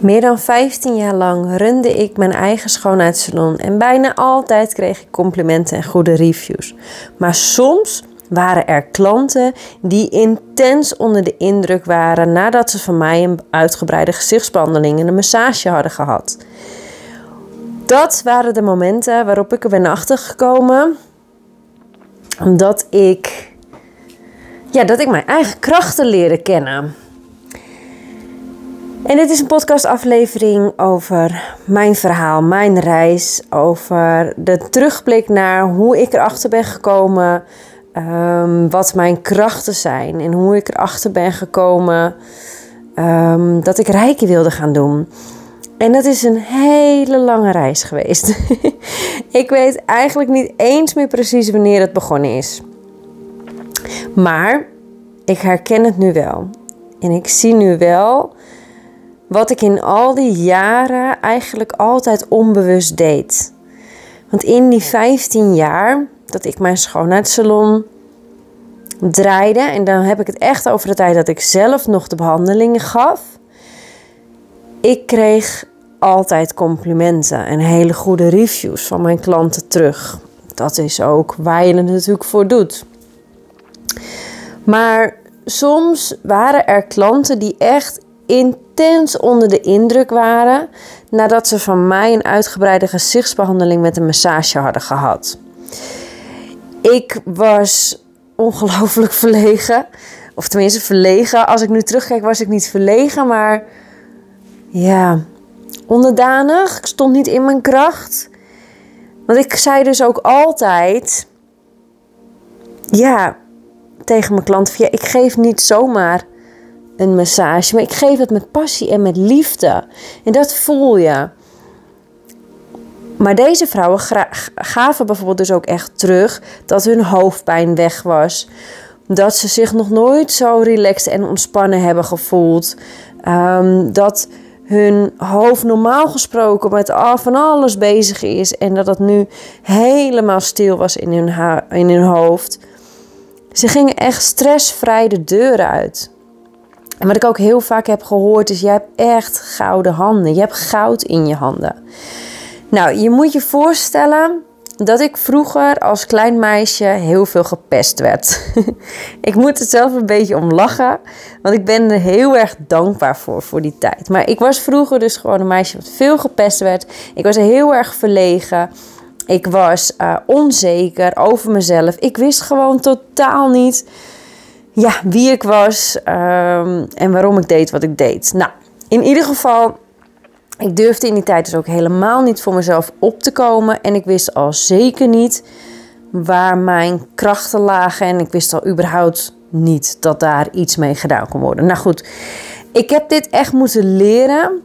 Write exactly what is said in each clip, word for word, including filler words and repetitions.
Meer dan vijftien jaar lang runde ik mijn eigen schoonheidssalon en bijna altijd kreeg ik complimenten en goede reviews. Maar soms waren er klanten die intens onder de indruk waren nadat ze van mij een uitgebreide gezichtsbehandeling en een massage hadden gehad. Dat waren de momenten waarop ik er ben achtergekomen dat ik, ja, dat ik mijn eigen krachten leerde kennen. En dit is een podcastaflevering over mijn verhaal, mijn reis, over de terugblik naar hoe ik erachter ben gekomen, um, wat mijn krachten zijn en hoe ik erachter ben gekomen um, dat ik reiki wilde gaan doen. En dat is een hele lange reis geweest. Ik weet eigenlijk niet eens meer precies wanneer het begonnen is. Maar ik herken het nu wel. En ik zie nu wel wat ik in al die jaren eigenlijk altijd onbewust deed. Want in die vijftien jaar dat ik mijn schoonheidssalon draaide, en dan heb ik het echt over de tijd dat ik zelf nog de behandelingen gaf. Ik kreeg altijd complimenten en hele goede reviews van mijn klanten terug. Dat is ook waar je het natuurlijk voor doet. Maar soms waren er klanten die echt intens onder de indruk waren nadat ze van mij een uitgebreide gezichtsbehandeling met een massage hadden gehad. Ik was ongelooflijk verlegen. Of tenminste verlegen. Als ik nu terugkijk was ik niet verlegen, maar ja, onderdanig. Ik stond niet in mijn kracht. Want ik zei dus ook altijd, ja, tegen mijn klanten, ja, ik geef niet zomaar een massage, maar ik geef het met passie en met liefde. En dat voel je. Maar deze vrouwen gra- gaven bijvoorbeeld dus ook echt terug dat hun hoofdpijn weg was. Dat ze zich nog nooit zo relaxed en ontspannen hebben gevoeld. Um, dat hun hoofd normaal gesproken met al van alles bezig is. En dat het nu helemaal stil was in hun, ha- in hun hoofd. Ze gingen echt stressvrij de deuren uit. En wat ik ook heel vaak heb gehoord is, je hebt echt gouden handen. Je hebt goud in je handen. Nou, je moet je voorstellen dat ik vroeger als klein meisje heel veel gepest werd. Ik moet er zelf een beetje om lachen, want ik ben er heel erg dankbaar voor, voor die tijd. Maar ik was vroeger dus gewoon een meisje wat veel gepest werd. Ik was heel erg verlegen. Ik was uh, onzeker over mezelf. Ik wist gewoon totaal niet, ja, wie ik was um, en waarom ik deed wat ik deed. Nou, in ieder geval, ik durfde in die tijd dus ook helemaal niet voor mezelf op te komen. En ik wist al zeker niet waar mijn krachten lagen. En ik wist al überhaupt niet dat daar iets mee gedaan kon worden. Nou goed, ik heb dit echt moeten leren.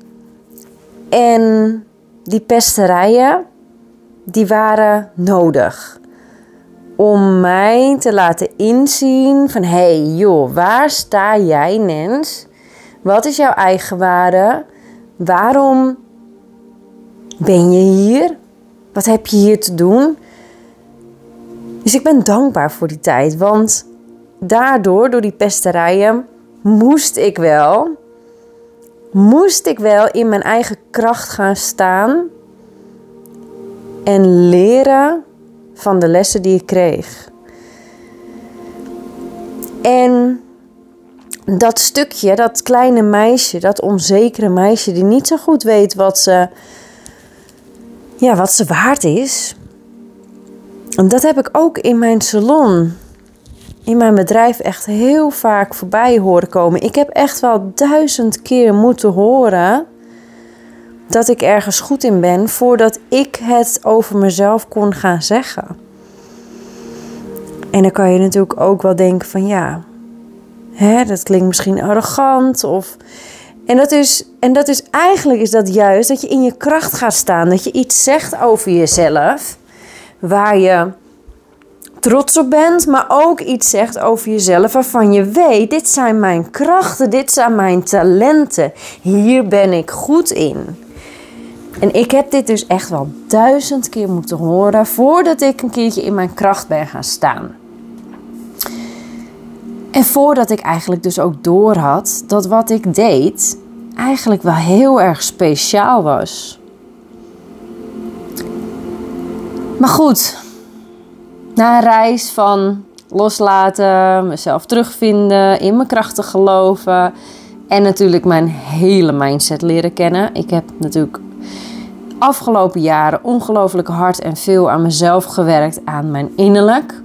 En die pesterijen, die waren nodig. Om mij te laten inzien van, hé hey, joh, waar sta jij, Nens? Wat is jouw eigenwaarde? Waarom ben je hier? Wat heb je hier te doen? Dus ik ben dankbaar voor die tijd. Want daardoor, door die pesterijen, moest ik wel, moest ik wel in mijn eigen kracht gaan staan. En leren van de lessen die ik kreeg. En dat stukje, dat kleine meisje, dat onzekere meisje die niet zo goed weet wat ze, ja, wat ze waard is. En dat heb ik ook in mijn salon, in mijn bedrijf echt heel vaak voorbij horen komen. Ik heb echt wel duizend keer moeten horen dat ik ergens goed in ben voordat ik het over mezelf kon gaan zeggen. En dan kan je natuurlijk ook wel denken van ja, hè, dat klinkt misschien arrogant. Of, en, dat is, en dat is eigenlijk is dat juist dat je in je kracht gaat staan. Dat je iets zegt over jezelf waar je trots op bent, maar ook iets zegt over jezelf waarvan je weet, dit zijn mijn krachten, dit zijn mijn talenten. Hier ben ik goed in. En ik heb dit dus echt wel duizend keer moeten horen voordat ik een keertje in mijn kracht ben gaan staan. En voordat ik eigenlijk dus ook doorhad dat wat ik deed eigenlijk wel heel erg speciaal was. Maar goed, na een reis van loslaten, mezelf terugvinden, in mijn krachten geloven en natuurlijk mijn hele mindset leren kennen. Ik heb natuurlijk afgelopen jaren ongelooflijk hard en veel aan mezelf gewerkt, aan mijn innerlijk.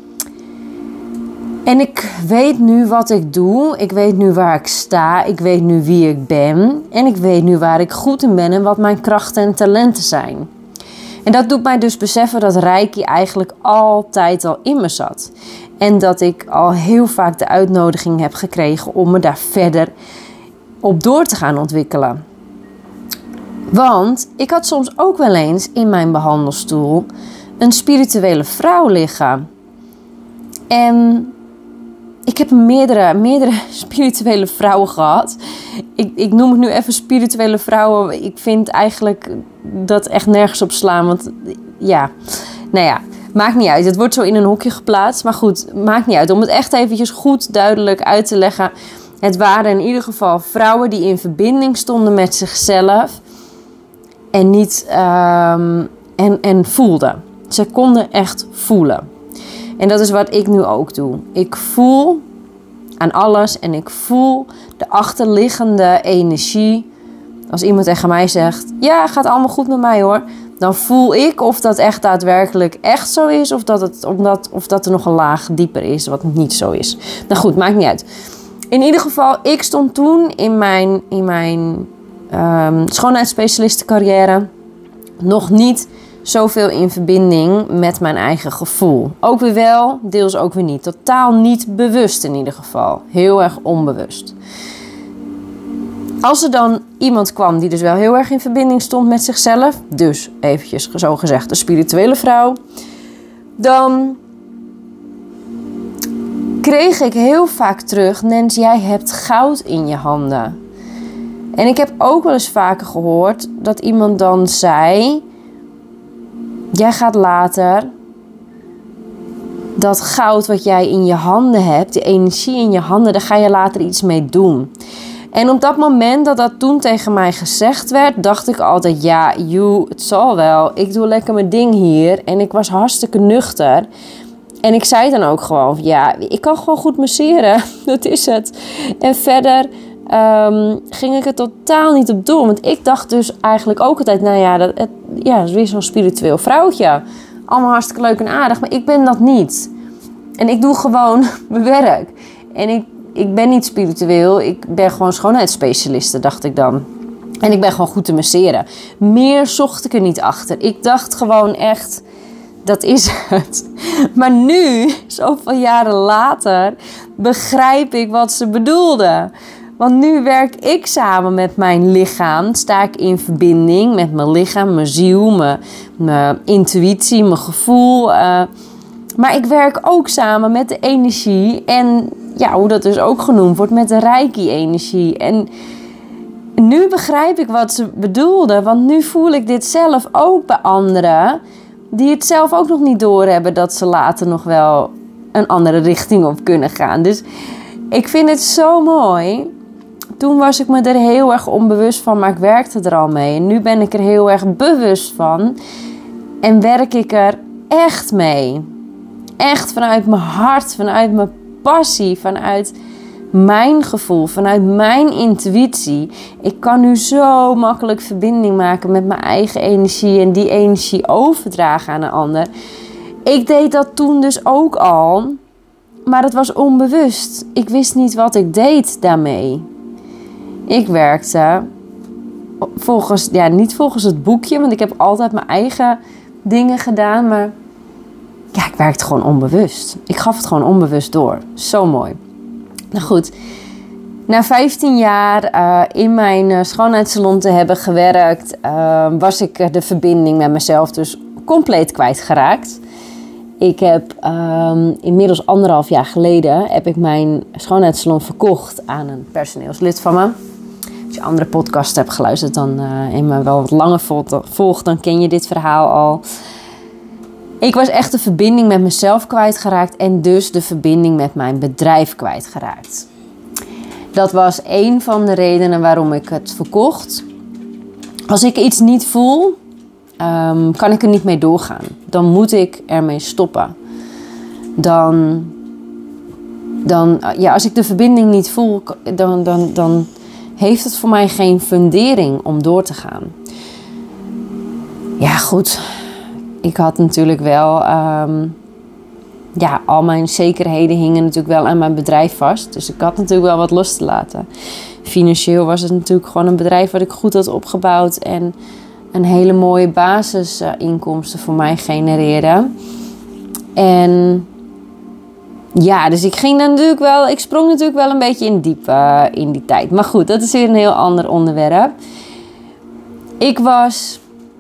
En ik weet nu wat ik doe. Ik weet nu waar ik sta. Ik weet nu wie ik ben. En ik weet nu waar ik goed in ben en wat mijn krachten en talenten zijn. En dat doet mij dus beseffen dat Reiki eigenlijk altijd al in me zat. En dat ik al heel vaak de uitnodiging heb gekregen om me daar verder op door te gaan ontwikkelen. Want ik had soms ook wel eens in mijn behandelstoel een spirituele vrouw liggen. En ik heb meerdere, meerdere spirituele vrouwen gehad. Ik, ik noem het nu even spirituele vrouwen. Ik vind eigenlijk dat echt nergens op slaan. Want ja, nou ja, maakt niet uit. Het wordt zo in een hokje geplaatst. Maar goed, maakt niet uit. Om het echt eventjes goed duidelijk uit te leggen. Het waren in ieder geval vrouwen die in verbinding stonden met zichzelf. En niet um, en, en voelden. Ze konden echt voelen. En dat is wat ik nu ook doe. Ik voel aan alles en ik voel de achterliggende energie. Als iemand tegen mij zegt, ja, gaat allemaal goed met mij hoor. Dan voel ik of dat echt daadwerkelijk echt zo is. Of dat, het, omdat, of dat er nog een laag dieper is wat niet zo is. Nou goed, maakt niet uit. In ieder geval, ik stond toen in mijn, in mijn um, schoonheidsspecialistencarrière nog niet zoveel in verbinding met mijn eigen gevoel. Ook weer wel, deels ook weer niet. Totaal niet bewust in ieder geval. Heel erg onbewust. Als er dan iemand kwam die dus wel heel erg in verbinding stond met zichzelf, dus eventjes zo gezegd een spirituele vrouw, dan kreeg ik heel vaak terug, Nens, jij hebt goud in je handen. En ik heb ook wel eens vaker gehoord dat iemand dan zei, jij gaat later dat goud wat jij in je handen hebt, de energie in je handen, daar ga je later iets mee doen. En op dat moment dat dat toen tegen mij gezegd werd, dacht ik altijd, ja, joe, het zal wel. Ik doe lekker mijn ding hier. En ik was hartstikke nuchter. En ik zei dan ook gewoon, ja, ik kan gewoon goed masseren. Dat is het. En verder um, ging ik er totaal niet op door. Want ik dacht dus eigenlijk ook altijd, nou ja, dat, het, ja, dat is weer zo'n spiritueel vrouwtje. Allemaal hartstikke leuk en aardig, maar ik ben dat niet. En ik doe gewoon mijn werk. En ik, ik ben niet spiritueel, ik ben gewoon schoonheidsspecialiste, dacht ik dan. En ik ben gewoon goed te masseren. Meer zocht ik er niet achter. Ik dacht gewoon echt, dat is het. Maar nu, zoveel jaren later, begrijp ik wat ze bedoelde. Want nu werk ik samen met mijn lichaam. Sta ik in verbinding met mijn lichaam, mijn ziel, mijn, mijn intuïtie, mijn gevoel. Uh, maar ik werk ook samen met de energie. En ja, hoe dat dus ook genoemd wordt, met de Reiki-energie. En nu begrijp ik wat ze bedoelde. Want nu voel ik dit zelf ook bij anderen, die het zelf ook nog niet doorhebben dat ze later nog wel een andere richting op kunnen gaan. Dus ik vind het zo mooi. Toen was ik me er heel erg onbewust van, maar ik werkte er al mee. En nu ben ik er heel erg bewust van. En werk ik er echt mee. Echt vanuit mijn hart, vanuit mijn passie, vanuit mijn gevoel, vanuit mijn intuïtie. Ik kan nu zo makkelijk verbinding maken met mijn eigen energie en die energie overdragen aan een ander. Ik deed dat toen dus ook al, maar het was onbewust. Ik wist niet wat ik deed daarmee. Ik werkte volgens, ja, niet volgens het boekje, want ik heb altijd mijn eigen dingen gedaan, maar ja, ik werkte gewoon onbewust. Ik gaf het gewoon onbewust door. Zo mooi. Nou goed, na vijftien jaar uh, in mijn uh, schoonheidssalon te hebben gewerkt, uh, was ik de verbinding met mezelf dus compleet kwijtgeraakt. Ik heb um, inmiddels anderhalf jaar geleden heb ik mijn schoonheidssalon verkocht aan een personeelslid van me. Als je andere podcasts hebt geluisterd dan, uh, en me wel wat langer volgt, dan ken je dit verhaal al. Ik was echt de verbinding met mezelf kwijtgeraakt en dus de verbinding met mijn bedrijf kwijtgeraakt. Dat was een van de redenen waarom ik het verkocht. Als ik iets niet voel, um, kan ik er niet mee doorgaan. Dan moet ik ermee stoppen. Dan, dan ja, als ik de verbinding niet voel, dan, dan, dan heeft het voor mij geen fundering om door te gaan. Ja, goed. Ik had natuurlijk wel... Um, ja, al mijn zekerheden hingen natuurlijk wel aan mijn bedrijf vast. Dus ik had natuurlijk wel wat los te laten. Financieel was het natuurlijk gewoon een bedrijf wat ik goed had opgebouwd. En een hele mooie basisinkomsten voor mij genereerde. En ja, dus ik ging dan natuurlijk wel... Ik sprong natuurlijk wel een beetje in diep uh, in die tijd. Maar goed, dat is weer een heel ander onderwerp. Ik was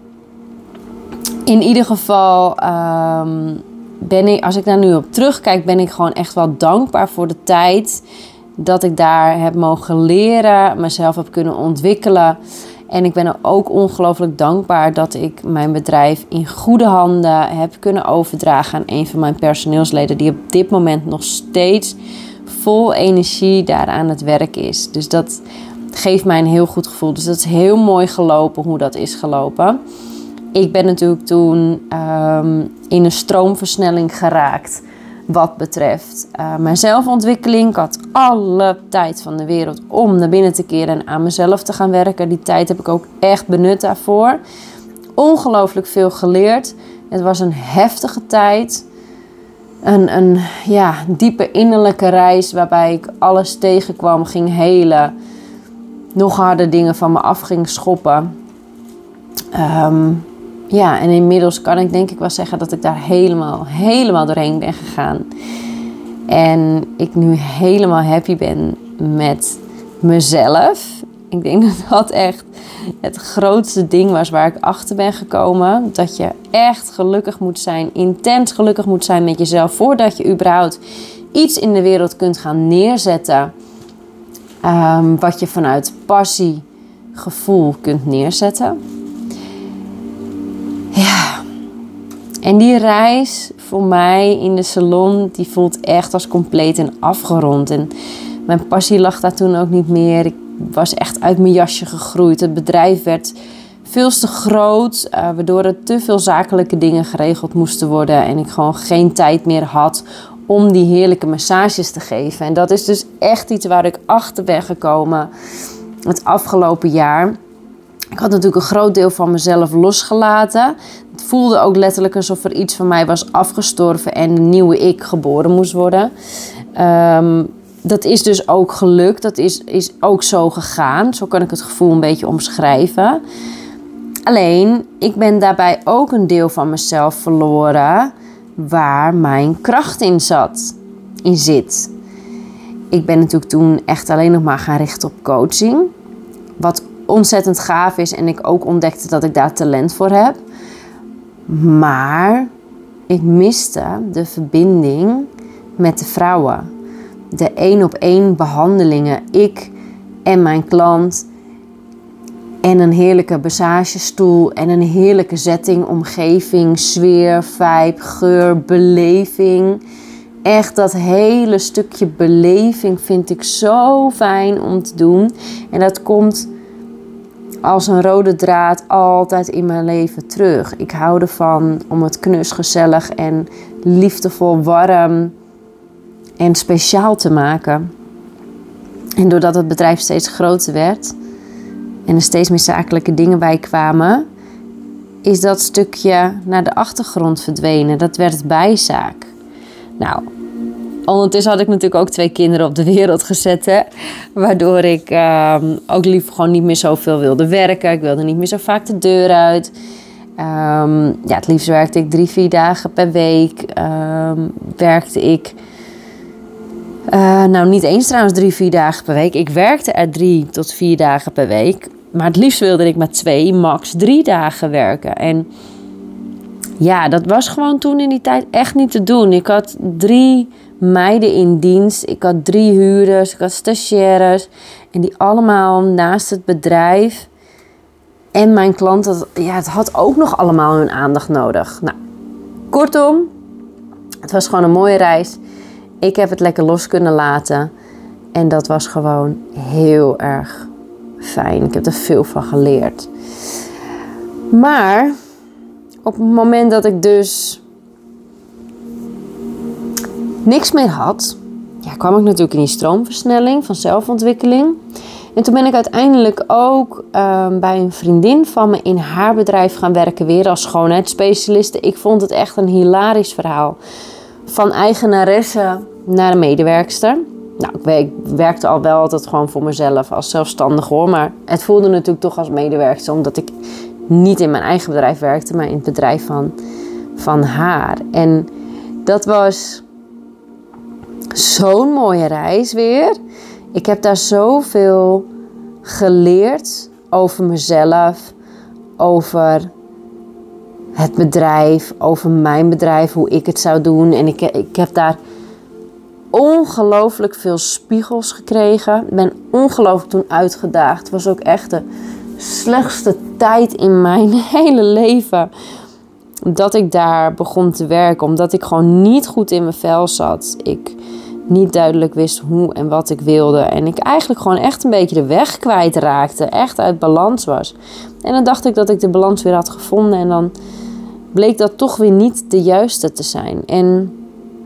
in ieder geval... Um, ben ik, als ik daar nu op terugkijk, ben ik gewoon echt wel dankbaar voor de tijd dat ik daar heb mogen leren, mezelf heb kunnen ontwikkelen. En ik ben er ook ongelooflijk dankbaar dat ik mijn bedrijf in goede handen heb kunnen overdragen aan een van mijn personeelsleden, die op dit moment nog steeds vol energie daar aan het werk is. Dus dat geeft mij een heel goed gevoel. Dus dat is heel mooi gelopen hoe dat is gelopen. Ik ben natuurlijk toen um, in een stroomversnelling geraakt wat betreft uh, mijn zelfontwikkeling. Ik had alle tijd van de wereld om naar binnen te keren en aan mezelf te gaan werken. Die tijd heb ik ook echt benut daarvoor. Ongelooflijk veel geleerd. Het was een heftige tijd. Een, een ja, diepe innerlijke reis waarbij ik alles tegenkwam, ging helen. Nog harder dingen van me af ging schoppen. Um, Ja, en inmiddels kan ik denk ik wel zeggen dat ik daar helemaal, helemaal doorheen ben gegaan. En ik nu helemaal happy ben met mezelf. Ik denk dat dat echt het grootste ding was waar ik achter ben gekomen. Dat je echt gelukkig moet zijn, intens gelukkig moet zijn met jezelf, voordat je überhaupt iets in de wereld kunt gaan neerzetten. Um, wat je vanuit passie, gevoel kunt neerzetten. Ja, en die reis voor mij in de salon, die voelt echt als compleet en afgerond. En mijn passie lag daar toen ook niet meer. Ik was echt uit mijn jasje gegroeid. Het bedrijf werd veel te groot, uh, waardoor er te veel zakelijke dingen geregeld moesten worden. En ik gewoon geen tijd meer had om die heerlijke massages te geven. En dat is dus echt iets waar ik achter ben gekomen het afgelopen jaar. Ik had natuurlijk een groot deel van mezelf losgelaten. Het voelde ook letterlijk alsof er iets van mij was afgestorven en een nieuwe ik geboren moest worden. Um, dat is dus ook gelukt. Dat is, is ook zo gegaan. Zo kan ik het gevoel een beetje omschrijven. Alleen, ik ben daarbij ook een deel van mezelf verloren waar mijn kracht in zat, in zit. Ik ben natuurlijk toen echt alleen nog maar gaan richten op coaching. Wat ontzettend gaaf is en ik ook ontdekte dat ik daar talent voor heb. Maar ik miste de verbinding met de vrouwen. De één op één behandelingen. Ik en mijn klant. En een heerlijke massagestoel. En een heerlijke setting, omgeving, sfeer, vibe, geur, beleving. Echt dat hele stukje beleving vind ik zo fijn om te doen. En dat komt als een rode draad altijd in mijn leven terug. Ik hou ervan om het knus, gezellig en liefdevol, warm en speciaal te maken. En doordat het bedrijf steeds groter werd en er steeds meer zakelijke dingen bij kwamen, is dat stukje naar de achtergrond verdwenen. Dat werd bijzaak. Nou, ondertussen had ik natuurlijk ook twee kinderen op de wereld gezet. Hè? Waardoor ik uh, ook liever gewoon niet meer zoveel wilde werken. Ik wilde niet meer zo vaak de deur uit. Um, ja, het liefst werkte ik drie, vier dagen per week. Um, werkte ik... Uh, nou, niet eens trouwens drie, vier dagen per week. Ik werkte er drie tot vier dagen per week. Maar het liefst wilde ik maar twee, max drie dagen werken. En ja, dat was gewoon toen in die tijd echt niet te doen. Ik had drie meiden in dienst. Ik had drie huurders. Ik had stagiaires. En die allemaal naast het bedrijf en mijn klanten, ja, het had ook nog allemaal hun aandacht nodig. Nou, kortom, het was gewoon een mooie reis. Ik heb het lekker los kunnen laten. En dat was gewoon heel erg fijn. Ik heb er veel van geleerd. Maar op het moment dat ik dus niks meer had, ja, kwam ik natuurlijk in die stroomversnelling van zelfontwikkeling. En toen ben ik uiteindelijk ook uh, bij een vriendin van me in haar bedrijf gaan werken, weer als schoonheidsspecialiste. Ik vond het echt een hilarisch verhaal. Van eigenaresse naar een medewerkster. Nou, ik werkte al wel altijd gewoon voor mezelf als zelfstandig hoor. Maar het voelde natuurlijk toch als medewerkster. Omdat ik niet in mijn eigen bedrijf werkte, maar in het bedrijf van, van haar. En dat was zo'n mooie reis weer. Ik heb daar zoveel geleerd over mezelf. Over het bedrijf, over mijn bedrijf, hoe ik het zou doen. En ik, ik heb daar ongelooflijk veel spiegels gekregen. Ik ben ongelooflijk toen uitgedaagd. Het was ook echt de slechtste tijd in mijn hele leven dat ik daar begon te werken. Omdat ik gewoon niet goed in mijn vel zat. Ik niet duidelijk wist hoe en wat ik wilde. En ik eigenlijk gewoon echt een beetje de weg kwijtraakte. Echt uit balans was. En dan dacht ik dat ik de balans weer had gevonden. En dan bleek dat toch weer niet de juiste te zijn. En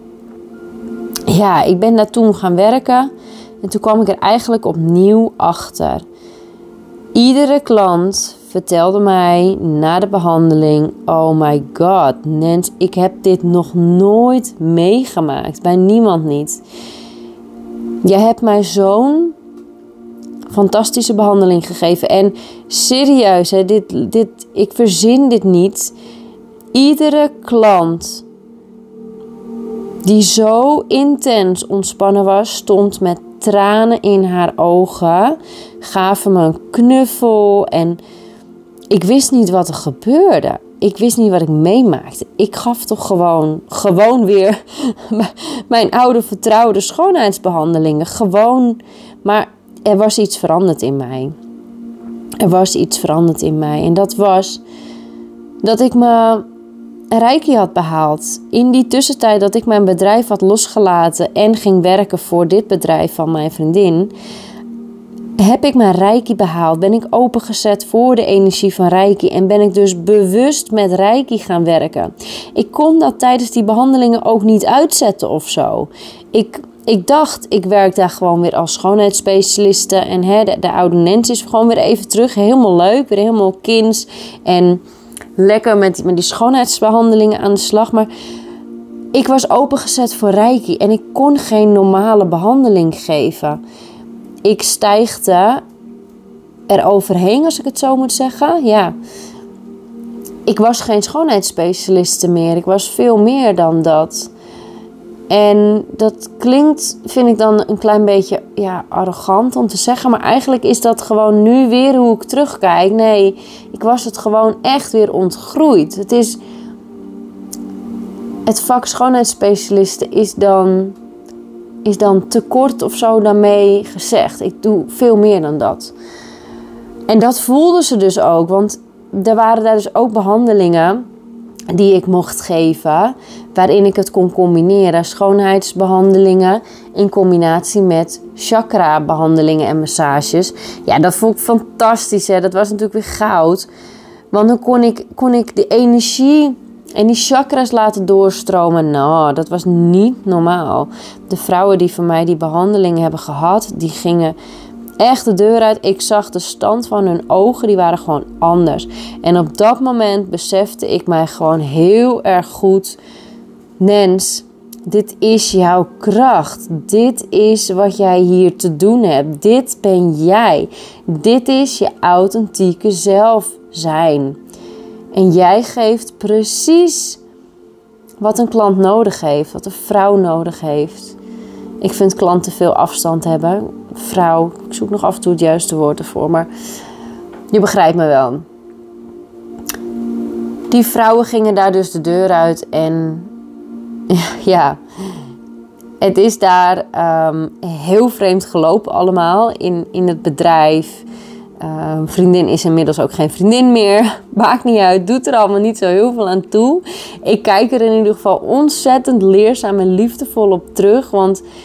ja, ik ben daar toen gaan werken. En toen kwam ik er eigenlijk opnieuw achter. Iedere klant vertelde mij na de behandeling: oh my god, Nens, ik heb dit nog nooit meegemaakt. Bij niemand niet. Jij hebt mij zo'n fantastische behandeling gegeven. En serieus, hè, dit, dit, ik verzin dit niet. Iedere klant die zo intens ontspannen was, stond met tranen in haar ogen, gaven me een knuffel en ik wist niet wat er gebeurde. Ik wist niet wat ik meemaakte. Ik gaf toch gewoon, gewoon weer mijn oude vertrouwde schoonheidsbehandelingen. Gewoon, maar er was iets veranderd in mij. Er was iets veranderd in mij. En dat was dat ik me Reiki had behaald. In die tussentijd dat ik mijn bedrijf had losgelaten en ging werken voor dit bedrijf van mijn vriendin, heb ik mijn Reiki behaald. Ben ik opengezet voor de energie van Reiki en ben ik dus bewust met Reiki gaan werken. Ik kon dat tijdens die behandelingen ook niet uitzetten of zo. Ik, ik dacht, ik werk daar gewoon weer als schoonheidsspecialiste en hè, de, de oude Nens is gewoon weer even terug. Helemaal leuk, weer helemaal kins en lekker met, met die schoonheidsbehandelingen aan de slag. Maar ik was opengezet voor Reiki en ik kon geen normale behandeling geven. Ik stijgde er overheen, als ik het zo moet zeggen. Ja. Ik was geen schoonheidsspecialiste meer. Ik was veel meer dan dat. En dat klinkt, vind ik dan een klein beetje ja, arrogant om te zeggen. Maar eigenlijk is dat gewoon nu weer hoe ik terugkijk. Nee, ik was het gewoon echt weer ontgroeid. Het is, het vak schoonheidsspecialiste is dan, is dan te kort of zo daarmee gezegd. Ik doe veel meer dan dat. En dat voelden ze dus ook. Want er waren daar dus ook behandelingen die ik mocht geven, waarin ik het kon combineren. Schoonheidsbehandelingen in combinatie met chakra-behandelingen en massages. Ja, dat vond ik fantastisch. Hè? Dat was natuurlijk weer goud. Want dan kon ik, kon ik de energie en die chakras laten doorstromen. Nou, dat was niet normaal. De vrouwen die van mij die behandelingen hebben gehad, die gingen echt de deur uit. Ik zag de stand van hun ogen, die waren gewoon anders. En op dat moment besefte ik mij gewoon heel erg goed: Nens, dit is jouw kracht. Dit is wat jij hier te doen hebt. Dit ben jij. Dit is je authentieke zelf zijn. En jij geeft precies wat een klant nodig heeft, wat een vrouw nodig heeft. Ik vind klanten veel afstand hebben. Vrouw, ik zoek nog af en toe het juiste woord ervoor, maar je begrijpt me wel. Die vrouwen gingen daar dus de deur uit en ja, het is daar um, heel vreemd gelopen allemaal in, in het bedrijf. Um, vriendin is inmiddels ook geen vriendin meer. Maakt niet uit, doet er allemaal niet zo heel veel aan toe. Ik kijk er in ieder geval ontzettend leerzaam en liefdevol op terug, want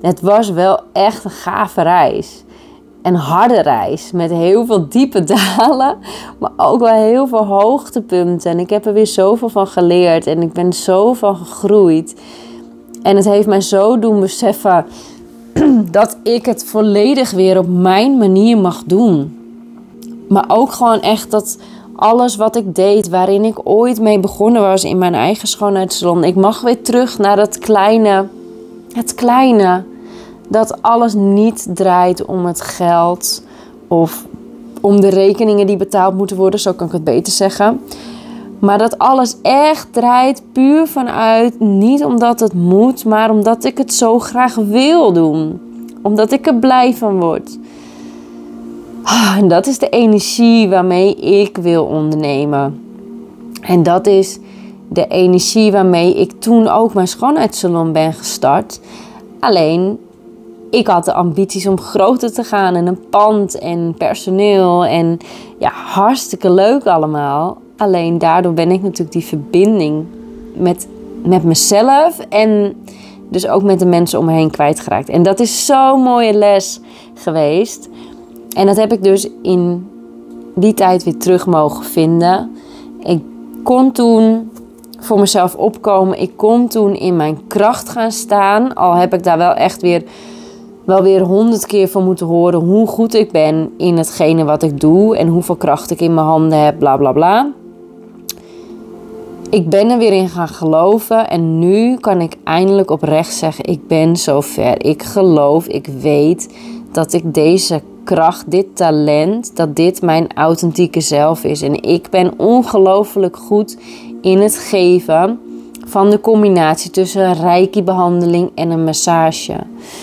het was wel echt een gave reis. Een harde reis met heel veel diepe dalen, maar ook wel heel veel hoogtepunten. En ik heb er weer zoveel van geleerd en ik ben zo van gegroeid. En het heeft mij zo doen beseffen dat ik het volledig weer op mijn manier mag doen. Maar ook gewoon echt dat alles wat ik deed, waarin ik ooit mee begonnen was in mijn eigen schoonheidssalon. Ik mag weer terug naar dat kleine, het kleine. Dat alles niet draait om het geld of om de rekeningen die betaald moeten worden, zo kan ik het beter zeggen. Maar dat alles echt draait puur vanuit, niet omdat het moet, maar omdat ik het zo graag wil doen. Omdat ik er blij van word. En dat is de energie waarmee ik wil ondernemen. En dat is de energie waarmee ik toen ook mijn schoonheidssalon ben gestart. Alleen, ik had de ambities om groter te gaan en een pand en personeel en ja, hartstikke leuk allemaal. Alleen daardoor ben ik natuurlijk die verbinding met, met mezelf en dus ook met de mensen om me heen kwijtgeraakt. En dat is zo'n mooie les geweest. En dat heb ik dus in die tijd weer terug mogen vinden. Ik kon toen voor mezelf opkomen. Ik kon toen in mijn kracht gaan staan. Al heb ik daar wel echt weer... wel weer honderd keer van moeten horen hoe goed ik ben in hetgene wat ik doe en hoeveel kracht ik in mijn handen heb, bla bla bla. Ik ben er weer in gaan geloven en nu kan ik eindelijk oprecht zeggen, ik ben zover. Ik geloof, ik weet dat ik deze kracht, dit talent, dat dit mijn authentieke zelf is. En ik ben ongelooflijk goed in het geven van de combinatie tussen een reiki-behandeling en een massage.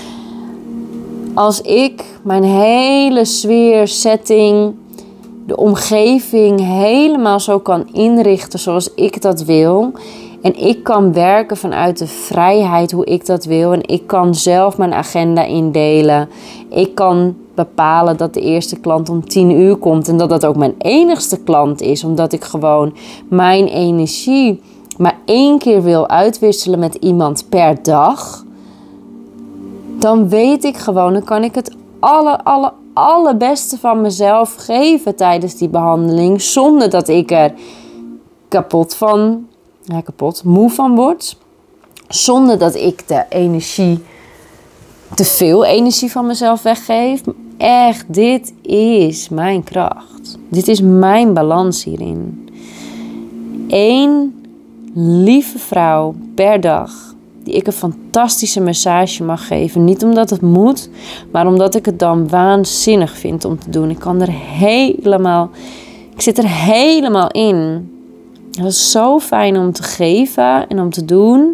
Als ik mijn hele sfeer, setting, de omgeving helemaal zo kan inrichten zoals ik dat wil. En ik kan werken vanuit de vrijheid hoe ik dat wil. En ik kan zelf mijn agenda indelen. Ik kan bepalen dat de eerste klant om tien uur komt. En dat dat ook mijn enigste klant is. Omdat ik gewoon mijn energie maar één keer wil uitwisselen met iemand per dag. Dan weet ik gewoon, dan kan ik het alle, alle, allerbeste van mezelf geven tijdens die behandeling. Zonder dat ik er kapot van, ja, kapot, moe van word. Zonder dat ik de energie, te veel energie van mezelf weggeef. Echt, dit is mijn kracht. Dit is mijn balans hierin. Eén lieve vrouw per dag die ik een fantastische massage mag geven. Niet omdat het moet, maar omdat ik het dan waanzinnig vind om te doen. Ik kan er helemaal, ik zit er helemaal in. Dat is zo fijn om te geven en om te doen.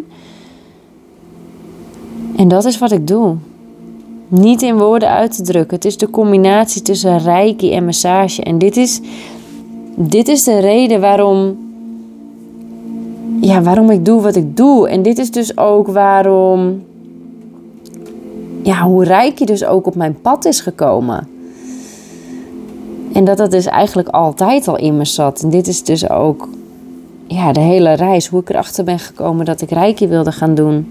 En dat is wat ik doe. Niet in woorden uit te drukken. Het is de combinatie tussen reiki en massage. En dit is, dit is de reden waarom... Ja, waarom ik doe wat ik doe. En dit is dus ook waarom... Ja, hoe Reiki dus ook op mijn pad is gekomen. En dat dat dus eigenlijk altijd al in me zat. En dit is dus ook... Ja, de hele reis. Hoe ik erachter ben gekomen dat ik Reiki wilde gaan doen.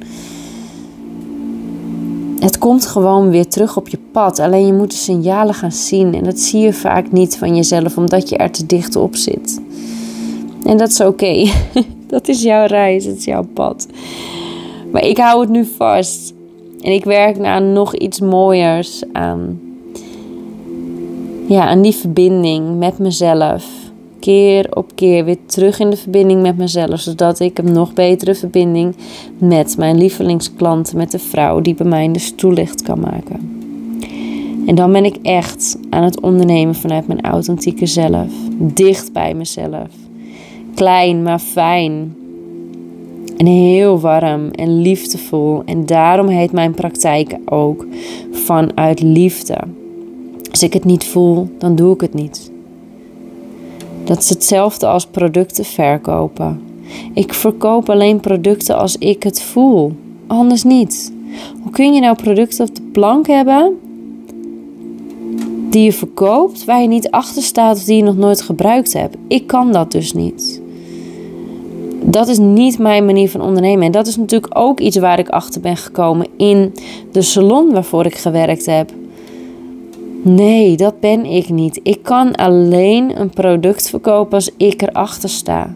Het komt gewoon weer terug op je pad. Alleen je moet de signalen gaan zien. En dat zie je vaak niet van jezelf. Omdat je er te dicht op zit. En dat is oké. Okay. Dat is jouw reis, het is jouw pad. Maar ik hou het nu vast. En ik werk naar nog iets mooiers. Aan, ja, aan die verbinding met mezelf. Keer op keer weer terug in de verbinding met mezelf. Zodat ik een nog betere verbinding met mijn lievelingsklanten, met de vrouw die bij mij in de stoel ligt, kan maken. En dan ben ik echt aan het ondernemen vanuit mijn authentieke zelf. Dicht bij mezelf. Klein, maar fijn. En heel warm en liefdevol. En daarom heet mijn praktijk ook vanuit liefde. Als ik het niet voel, dan doe ik het niet. Dat is hetzelfde als producten verkopen. Ik verkoop alleen producten als ik het voel. Anders niet. Hoe kun je nou producten op de plank hebben die je verkoopt, waar je niet achter staat of die je nog nooit gebruikt hebt? Ik kan dat dus niet. dat is niet mijn manier van ondernemen. En dat is natuurlijk ook iets waar ik achter ben gekomen in de salon waarvoor ik gewerkt heb. Nee, dat ben ik niet. Ik kan alleen een product verkopen als ik erachter sta.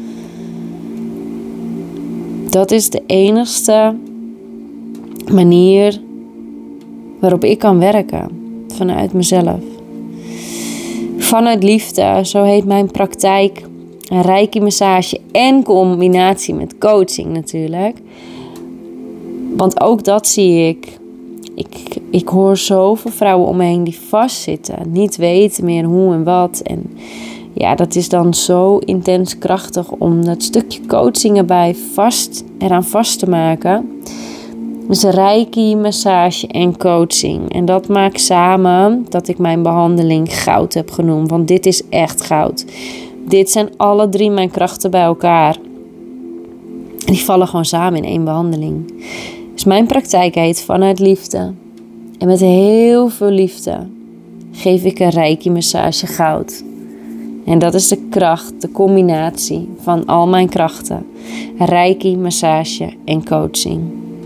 Dat is de enigste manier waarop ik kan werken. Vanuit mezelf. Vanuit liefde, zo heet mijn praktijk. Een reiki massage en combinatie met coaching natuurlijk. Want ook dat zie ik. Ik, ik hoor zoveel vrouwen om me heen die vastzitten. Niet weten meer hoe en wat. En ja, dat is dan zo intens krachtig om dat stukje coaching erbij vast, eraan vast te maken. Dus reiki, massage en coaching. En dat maakt samen dat ik mijn behandeling goud heb genoemd. Want dit is echt goud. Dit zijn alle drie mijn krachten bij elkaar. En die vallen gewoon samen in één behandeling. Dus mijn praktijk heet Vanuit Liefde. En met heel veel liefde geef ik een reiki massage goud. En dat is de kracht, de combinatie van al mijn krachten. Reiki, massage en coaching.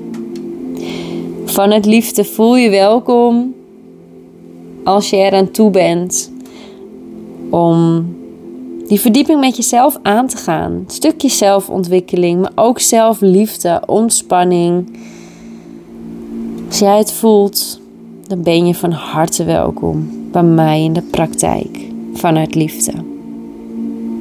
Vanuit liefde voel je welkom als je eraan toe bent om die verdieping met jezelf aan te gaan. Een stukje zelfontwikkeling, maar ook zelfliefde, ontspanning. Als jij het voelt, dan ben je van harte welkom bij mij in de praktijk vanuit liefde.